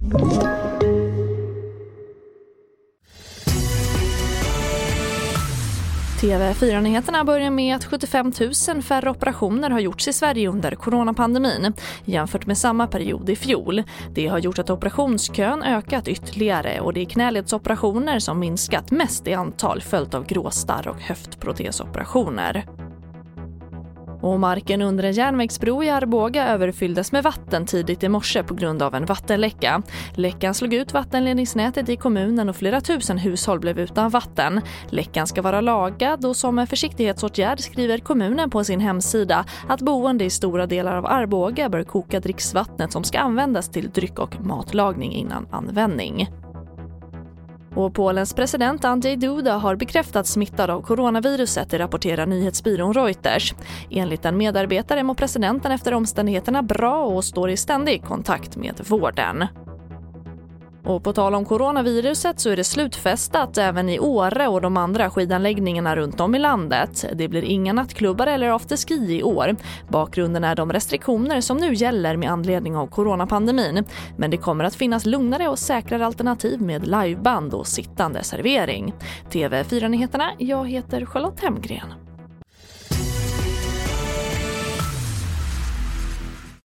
TV4-nyheterna börjar med att 75 000 färre operationer har gjorts i Sverige under coronapandemin jämfört med samma period i fjol. Det har gjort att operationskön ökat ytterligare och det är knäledsoperationer som minskat mest i antal följt av gråstarr och höftprotesoperationer. Och marken under en järnvägsbro i Arboga överfylldes med vatten tidigt i morse på grund av en vattenläcka. Läckan slog ut vattenledningsnätet i kommunen och flera tusen hushåll blev utan vatten. Läckan ska vara lagad och som en försiktighetsåtgärd skriver kommunen på sin hemsida att boende i stora delar av Arboga bör koka dricksvattnet som ska användas till dryck- och matlagning innan användning. Och Polens president Andrzej Duda har bekräftats smittad av coronaviruset, det rapporterar nyhetsbyrån Reuters. Enligt en medarbetare mår presidenten efter omständigheterna bra och står i ständig kontakt med vården. Och på tal om coronaviruset så är det slutfestat även i Åre och de andra skidanläggningarna runt om i landet. Det blir inga nattklubbar eller afterski i år. Bakgrunden är de restriktioner som nu gäller med anledning av coronapandemin. Men det kommer att finnas lugnare och säkrare alternativ med liveband och sittande servering. TV4-nyheterna, jag heter Charlotte Hemgren.